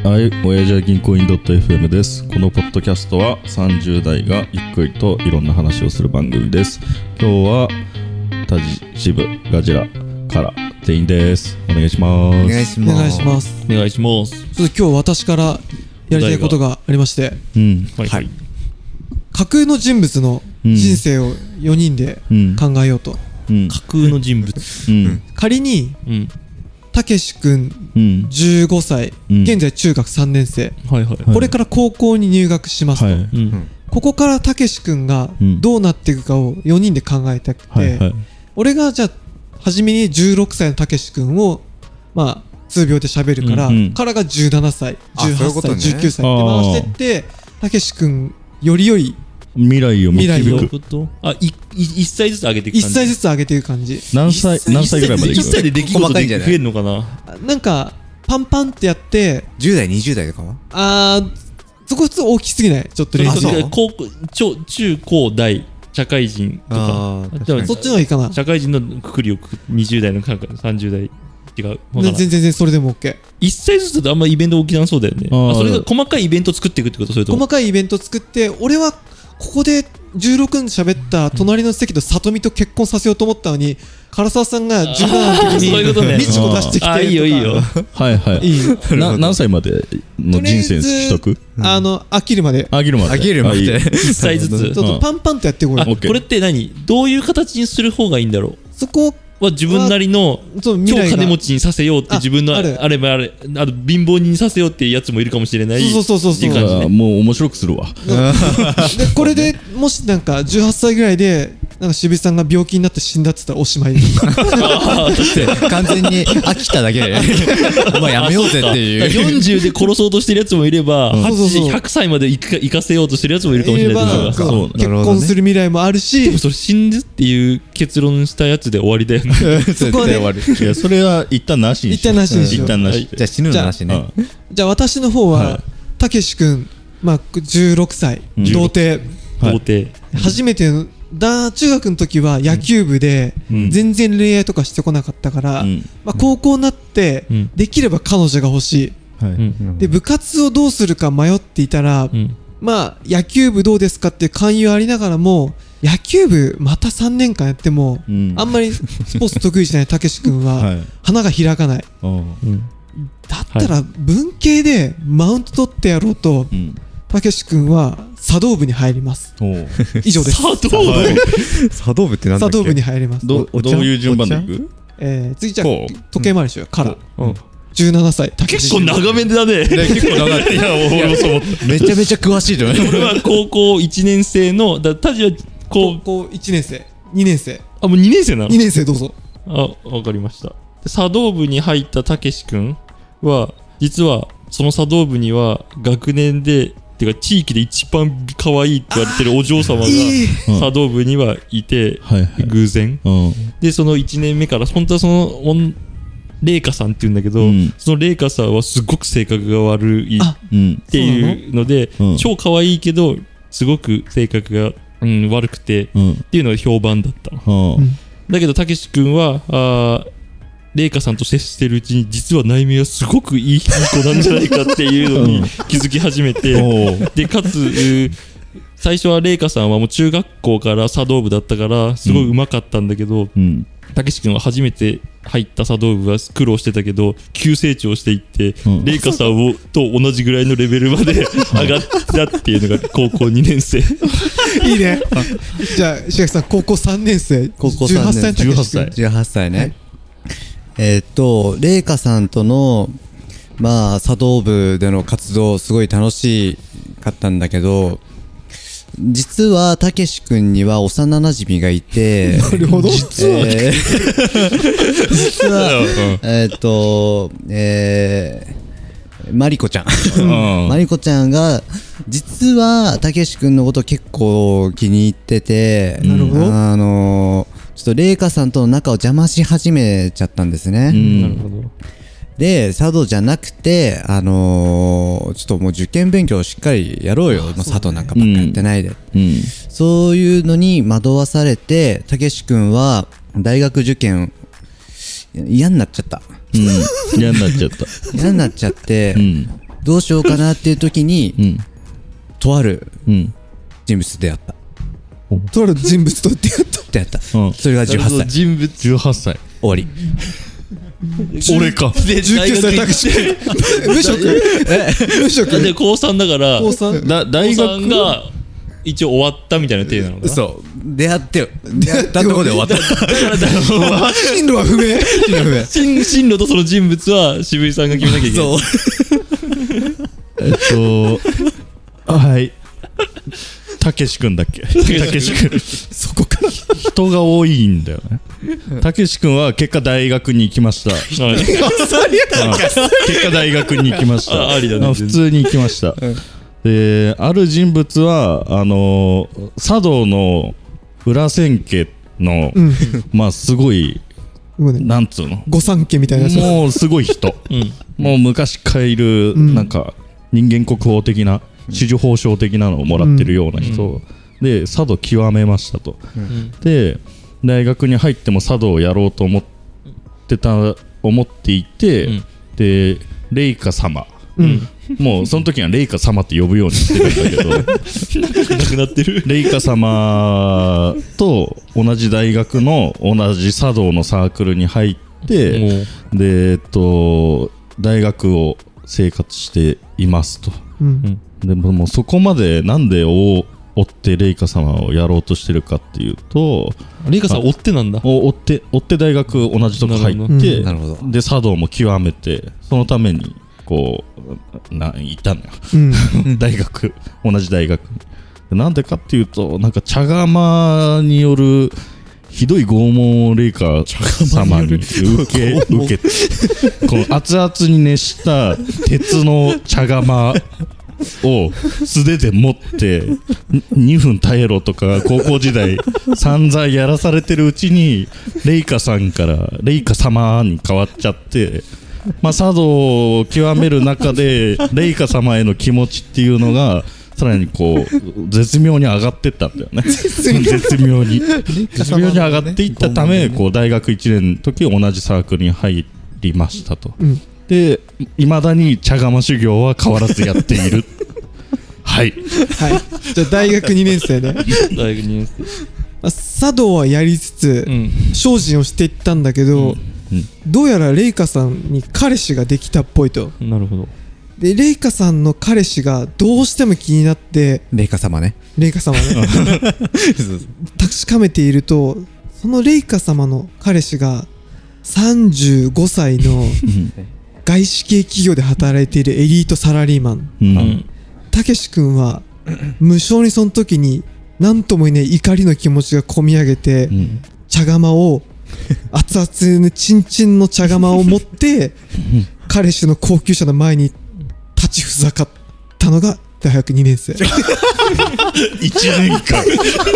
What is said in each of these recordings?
はい、親父は銀行員 .fm です。このポッドキャストは30代がゆっくりといろんな話をする番組です。今日はタジ支部ガジラから全員です。お願いします。 お願いします。 お願いします。 お願いします。 ちょっと今日私からやりたいことがありまして、 はい、はい、 架空の人物の人生を4人で考えようと。 架空の人物、 仮に、たけし君15歳、現在中学3年生、これから高校に入学しますと、ここからたけし君がどうなっていくかを4人で考えたくて、俺がじゃあ初めに16歳のたけし君をまあ数秒で喋るから、からが17歳、18歳、19歳って回してってたけし君より良い未来を導く。 1歳ずつ上げていく感じ。 1歳ずつ上げていく感じ。 何歳ぐらいまでいくの？ 1歳で出来事で増えるのかな。 なんかパンパンってやって 10代20代とかはそこ普通大きすぎない？ちょっと練習高校中高大社会人とかそっちの方がいいかな。 社会人のくくりを20代の30代違う。 全然それでも OK。 1歳ずつだとあんまイベント起きなそうだよね。それが細かいイベント作っていくってこと？それと細かいイベント作って、俺はここで16分喋った隣の席と里見と結婚させようと思ったのに、唐沢さんが17の時に美智子出してきてとか。 いいよいいよ。 はいはい。何歳までの人生取得？ 飽きるまで。 飽きるまで。 1歳ずつ。 ちょっとパンパンとやってこい。 これってどういう形にする方がいいんだろう。 そこは自分なりの超金持ちにさせようって自分のあれ貧乏人にさせようっていうやつもいるかもしれない。 そうもう面白くするわ。 でこれでもしなんか18歳ぐらいでなんか渋井さんが病気になって死んだって言ったらおしまい。 完全に飽きただけでお前やめようぜっていう。 40で殺そうとしてるやつもいれば、100歳まで生かせようとしてるやつもいるかもしれない。 結婚する未来もあるし、 でもそれ死んでっていう結論したやつで終わりだよね。 そこはね、 いやそれは一旦なしにしよう。 じゃあ死ぬのなしね。 じゃあ私の方はたけし君16歳童貞。初めて中学の時は野球部で全然恋愛とかしてこなかったから、高校になってできれば彼女が欲しい。で部活をどうするか迷っていたら、野球部どうですかっていう勧誘ありながらも、野球部また3年間やっても、あんまりスポーツ得意じゃないたけし君は花が開かない。だったら文系でマウント取ってやろうと、たけし君は茶道部に入ります。以上です。 茶道部って何だっけ？ 茶道部に入ります。 どういう順番でいく？ 次じゃあ時計回りしようから17歳。 結構長めだね。 結構長い。いや俺もそう思った。めちゃめちゃ詳しいじゃん。 俺は高校1年生のタジは高校1年生2年生。 もう2年生なの ？2年生どうぞ。 わかりました。茶道部に入ったたけし君は実はその茶道部には学年でてか地域で一番可愛いって言われてるお嬢様が茶道部にはいて、偶然でその1年目から本当はその麗華さんって言うんだけど、その麗華さんはすごく性格が悪いっていうので、超可愛いけどすごく性格が悪くてっていうのが評判だった。だけどたけし君は麗華さんと接してるうちに実は内面はすごくいい子なんじゃないかっていうのに気づき始めてでかつ最初は麗華さんはもう中学校から茶道部だったからすごい上手かったんだけど、たけし君は初めて入った茶道部は苦労してたけど急成長していって麗華さんと同じぐらいのレベルまで上がったっていうのが高校2年生。 いいね。じゃあ石垣さん高校3年生18歳のたけし君。 18歳ね。麗華さんとの茶道部での活動すごい楽しかったんだけど、実はたけし君には幼馴染がいて、 なるほど。 実はマリコちゃんマリコちゃんが実はたけし君のこと結構気に入ってて、 なるほど。 ちょっと麗華さんとの仲を邪魔し始めちゃったんですね。 なるほど。 で茶道じゃなくてちょっともう受験勉強をしっかりやろうよ。茶道なんかばっかやってないで、そういうのに惑わされてたけし君は大学受験嫌になっちゃった。 嫌になっちゃった。 嫌になっちゃって、 どうしようかなっていう時に、 うんとあるうん人物と出会った。 とある人物と出会った出会った。 うんそれが18歳。 人物 18歳終わり。 俺かで 19歳たけし無職無職で高3だから高3 大高3 学が一応終わったみたいな体なのかな。 そう。出会ってたところで終わった。 進路は不明進路とその人物は渋井さんが決めなきゃいけない。 そう。 はいたけし君だっけたけし君そこから人が多いんだよねたけし君は結果大学に行きましたはい結果大学に行きましたありだね普通に行きました、である人物は茶道の裏千家の、まあすごいなんつうの御三家みたいなさもうすごい人、もう昔からいる、なんか人間国宝的な紫綬褒章的なのをもらってるような人、で茶道極めましたと、で大学に入っても茶道をやろうと思っていて、で麗華様、もうその時は麗華様って呼ぶようにしてるんだけどなくなってる。 麗華様と同じ大学の同じ茶道のサークルに入ってで大学を生活していますと、でもうそこまでなんで追って麗華様をやろうとしてるかっていうと、 麗華さん追ってなんだ。 追って大学同じとこ入ってなるほど。 で茶道も極めてそのためにこういたのよ、大学同じ大学に。なんでかっていうとなんか茶釜によるひどい拷問を麗華様に受けてこの熱々に熱した鉄の茶釜を素手で持って2分耐えろとか高校時代散々やらされてるうちに麗華さんから麗華様に変わっちゃって、まあ、茶道を極める中で麗華様への気持ちっていうのがさらにこう絶妙に上がっていったんだよね絶妙に上がっていったためこう大学1年の時同じサークルに入りましたと、でいまだに茶釜修行は変わらずやっているはい、 じゃあ大学2年生ね大学2年生。 茶道はやりつつ、精進をしていったんだけど、どうやら麗華さんに彼氏ができたっぽいと。 なるほど。 で麗華さんの彼氏がどうしても気になって麗華様ね確かめていると、その麗華様の彼氏が35歳の外資系企業で働いているエリートサラリーマン、たけし君は無性にその時に何とも言えない怒りの気持ちが込み上げて、茶釜を熱々のチンチンの茶釜を持って彼氏の高級車の前に立ちふさかったのが大学2年生 1年間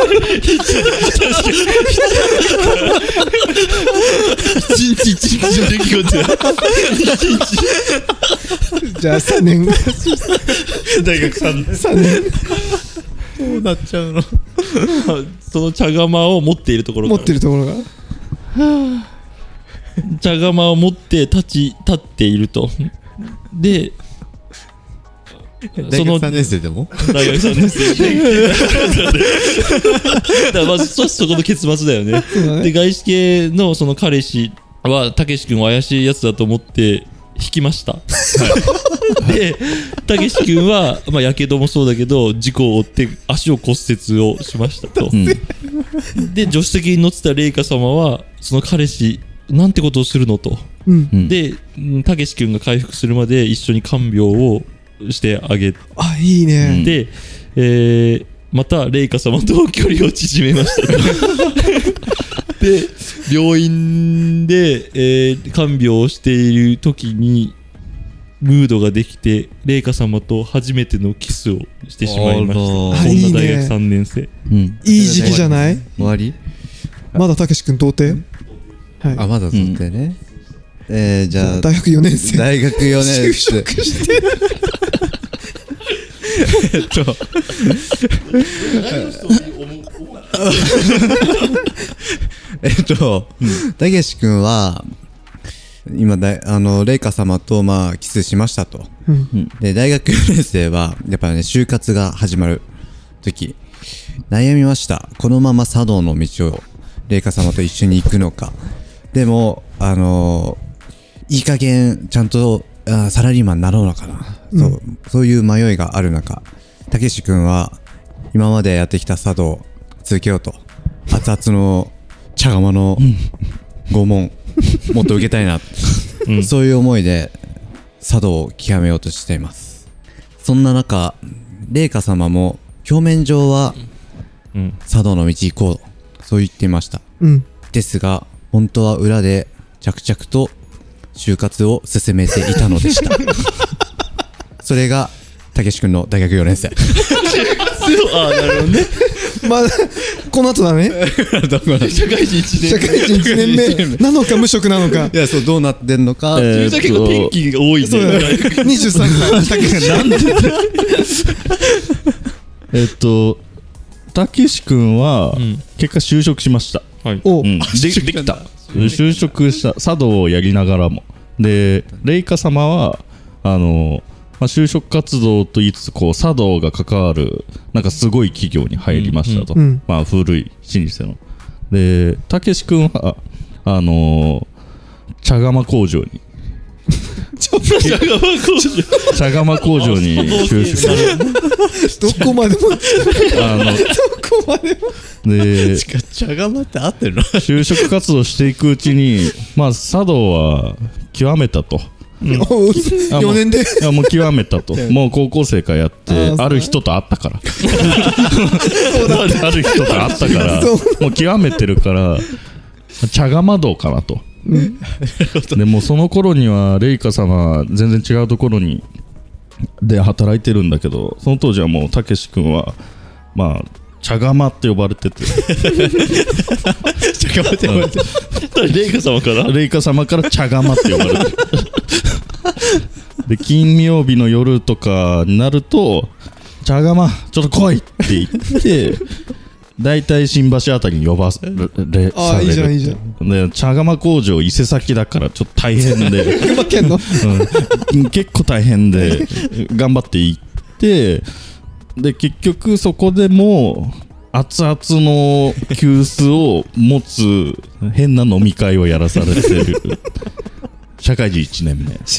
一日の出来事や。 じゃあ3年大学3年どうなっちゃうのその茶釜を持っているところ持ってるところが茶釜を持って立っていると。で大学3年生でも大学3年生でだからまずそこの結末だよね。で外資系のその彼氏はたけし君を怪しいやつだと思って引きました、でたけし君はまあやけどもそうだけど事故を負って足を骨折をしましたと、で助手席に乗ってた麗華様はその彼氏なんてことをするのと、でたけし君が回復するまで一緒に看病をしてあげて、 あ、いいね、 で、また麗華様と距離を縮めましたで病院で、看病をしている時にムードができて麗華様と初めてのキスをしてしまいました。そんな大学3年生、 いい時期じゃない？ 終わり？ まだたけし君童貞？はい、 あ、まだ童貞ね、じゃあ大学4年生大学4年生就職してるたけし君は今麗華様とまあキスしましたと。 うんで大学4年生はやっぱね就活が始まる時悩みました。このまま茶道の道を麗華様と一緒に行くのか、でもいい加減ちゃんとサラリーマンになろうのかな、そういう迷いがある中、たけし君は今までやってきた茶道を続けようと、熱々の茶釜の拷問もっと受けたいな、そういう思いで茶道を極めようとしています。そんな中麗華様も表面上は茶道の道行こう、そう言っていました、ですが本当は裏で着々と就活を進めていたのでしたそれがたけし君の大学4年生ああ、なるほどね。 まあこの後だね。 社会人1年社会人1年目なのか無職なのか。 いや、そうどうなってんのか、 結構転機が多いね。 そうだね。23歳たけしなんでたけし君は結果就職しました。 おできた。就職した。茶道をやりながらも。で、麗華様は就職活動と言いつつ茶道が関わるなんかすごい企業に入りましたと、まあ古い老舗の。で、たけし君は茶釜工場に茶釜工場に就職どこまでもどこまでもで茶釜って合ってるの就職活動していくうちにまあ茶道は極めたと。 4年でいやもう極めたともう高校生からやってある人と会ったからある人と会ったからもう極めてるから茶釜道かなと、でもその頃には麗華様は全然違うところにで働いてるんだけど、その当時はもうたけし君はまあ茶釜って呼ばれてて茶釜って呼ばれて麗華様から麗華様から茶釜って呼ばれてるで金曜日の夜とかになると茶釜ちょっと来いって言ってだいたい新橋あたりに呼ばれああ、いいじゃんいいじゃん。 で茶釜工場伊勢崎だからちょっと大変で群馬県の結構大変で頑張って行ってで結局そこでも熱々の急須を持つ変な飲み会をやらされてる社会人1年目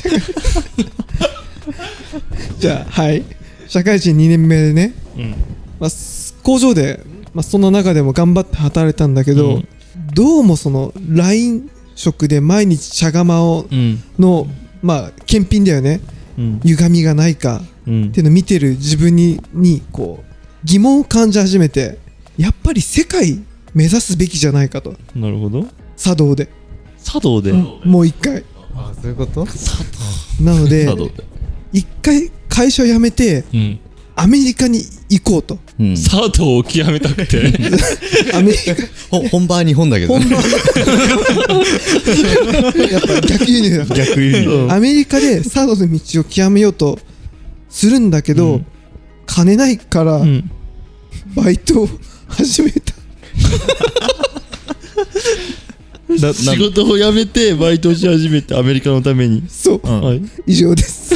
じゃあはい社会人2年目でね、まあ、工場で、まあ、その中でも頑張って働いたんだけど、どうもそのライン職で毎日茶釜の、まあ検品だよね、歪みがないかっていうのを見てる自分にこう疑問を感じ始めて、やっぱり世界目指すべきじゃないかと。 なるほど。 茶道でもう一回。 あ、そういうこと。 なので一回会社を辞めて、アメリカに行こうと。 茶道を極めたくてアメリカ本場は日本だけど、ね、 やっぱ逆輸入だ。 逆輸入、 アメリカで茶道の道を極めようとするんだけど、金ないから、バイトを始めた仕事を辞めてバイトをし始めてアメリカのために。 そう、 はい、 以上です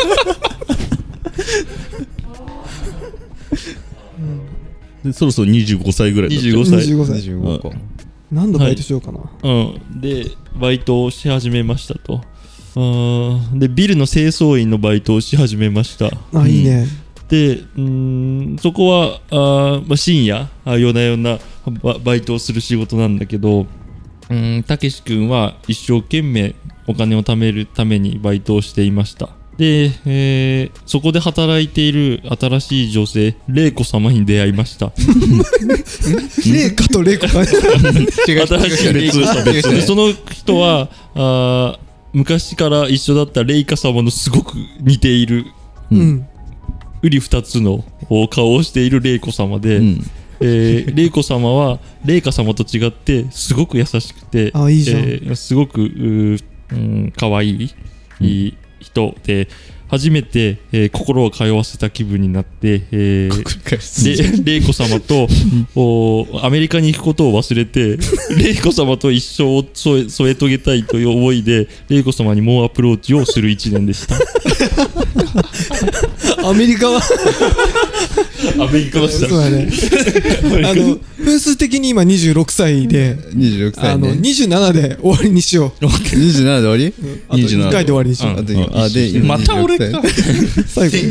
でそろそろ25歳ぐらいだった 25歳 25個、 何のバイトしようかな、 でバイトをし始めましたと。でビルの清掃員のバイトをし始めました。 あ、いいね。 でそこはまあ、深夜夜な夜なバイトをする仕事なんだけど、たけし君は一生懸命お金を貯めるためにバイトをしていました。で、そこで働いている新しい女性麗子様に出会いました麗華と麗子か新しい麗子様で、その人は昔から一緒だった麗華様のすごく似ている、うり二つの顔をしている麗子様で、麗子様は麗華様と違ってすごく優しくて、 あ、いいじゃん、 すごく可愛い人で初めて、心を通わせた気分になって、玲子様とアメリカに行くことを忘れて玲子様と一生を添え遂げたいという思いで玲子様に猛アプローチをする1年でした。 アメリカはアメリカでした。 そうだね。分数的に今26歳で、 26歳ね。 27で終わりにしよう。 27で終わり？ あと1回で終わりにしよう。 あ、で、 また俺か。 最後。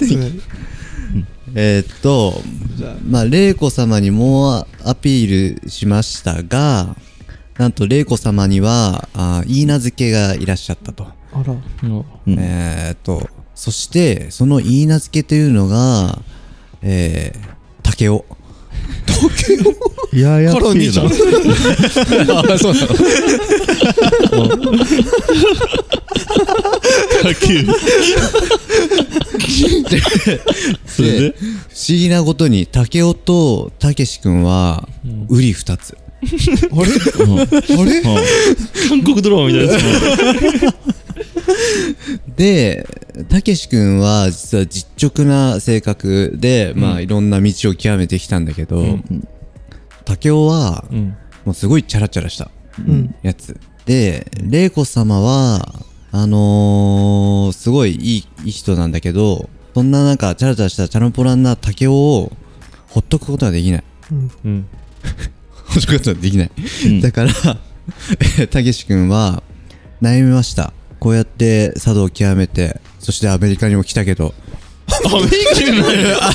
まあ、玲子様にもアピールしましたが、なんと玲子様には、いい名付けがいらっしゃったと。 あら。 そして、そのいい名付けというのが、竹雄。 竹雄？ いややっカロニーじゃん。 あ、そうなの。 それで不思議なことに竹雄とたけし君は瓜二つ。 あれ？あれ？ 韓国ドラマみたいなやつ。 で、たけし君は実は実直な性格で、まあいろんな道を極めてきたんだけど、竹雄はもうすごいチャラチャラしたやつ。で、玲子様はすごいいい人なんだけど、そんななんかチャラチャラしたチャランポランな竹雄をほっとくことはできない。ほっとくことはできない。だからたけし君は悩みました。こうやって茶道を極めて、そしてアメリカにも来たけど、 アメリカじゃないよ。 あ、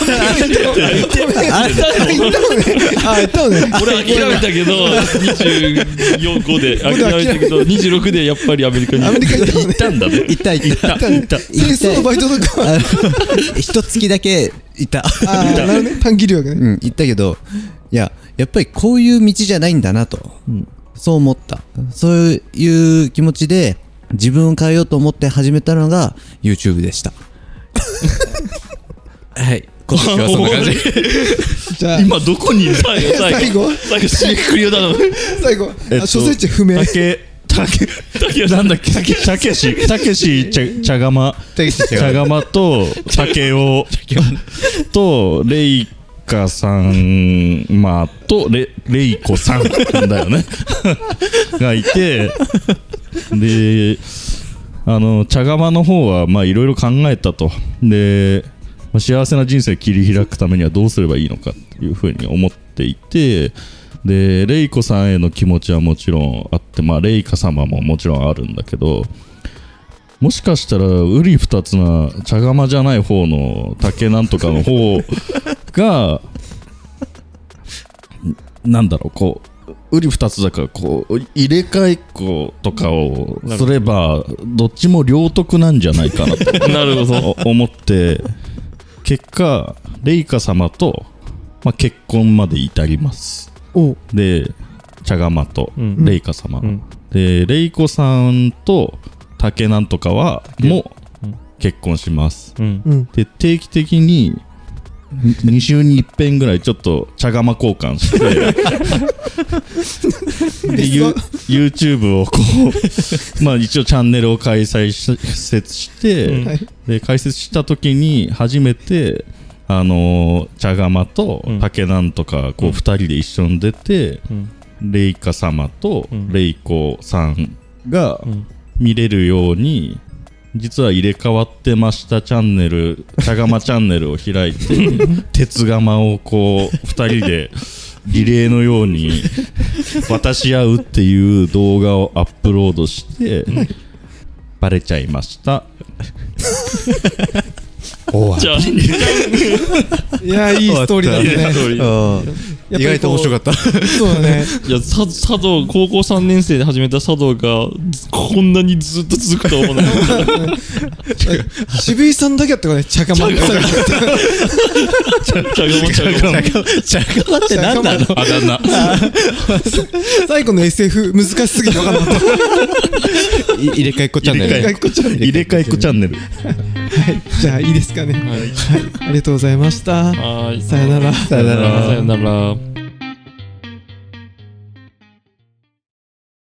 やったのね。 俺諦めたけど、24、5で諦めたけど、26でやっぱりアメリカに行ったんだね。 行った。 戦争のバイトとか。 一月だけ行った。 なるほどね。短期留学ね。 行ったけど、いや、やっぱりこういう道じゃないんだなと。そう思った。そういう気持ちで、自分を変えようと思って始めたのが YouTube でした。はい。今年はそんな感じ。 じゃあ今どこにいる？最後締めくくりよだな。 最後、諸説不明。 なんだっけ、たけし茶釜と竹雄とレイカさん、まあとレイコさんだよねがいて、で茶釜の方はまあいろいろ考えたと。で、幸せな人生を切り開くためにはどうすればいいのかっていうふうに思っていて、でレイコさんへの気持ちはもちろんあって、まあレイカ様ももちろんあるんだけど、もしかしたら瓜二つな茶釜じゃない方の竹なんとかの方がなんだろう、こう瓜二つだからこう入れ替えっことかをすればどっちも両得なんじゃないかなとなるほど思って、結果レイカ様と、まあ、結婚まで至ります。で茶釜とレイカ様、でレイコさんと竹なんとかはも結婚します、で定期的に2週に1遍ぐらいちょっと茶釜交換してでYouTube をこうまあ一応チャンネルを開設して、で開設した時に初めて茶釜と竹なんとかこう2人で一緒に出て、レイカ様とレイコさんが見れるように、実は入れ替わってましたチャンネル、茶釜チャンネルを開いて鉄釜をこう2人でリレーのように渡し合うっていう動画をアップロードしてバレちゃいました。 じゃあいや、いいストーリーだね。 意外と面白かった。 そうだね。 いや、茶道、高校3年生で始めた茶道がこんなにずっと続くとは思わなかった。 渋井さんだけやったからね、茶釜って何なの？ あだ名。 最後の SF 難しすぎて分かんなかった。 入れ替えっこチャンネル。 入れ替えっこチャンネル。 はい、じゃあいいですかね。はい、ありがとうございました。 はい、 さよなら。 さよなら。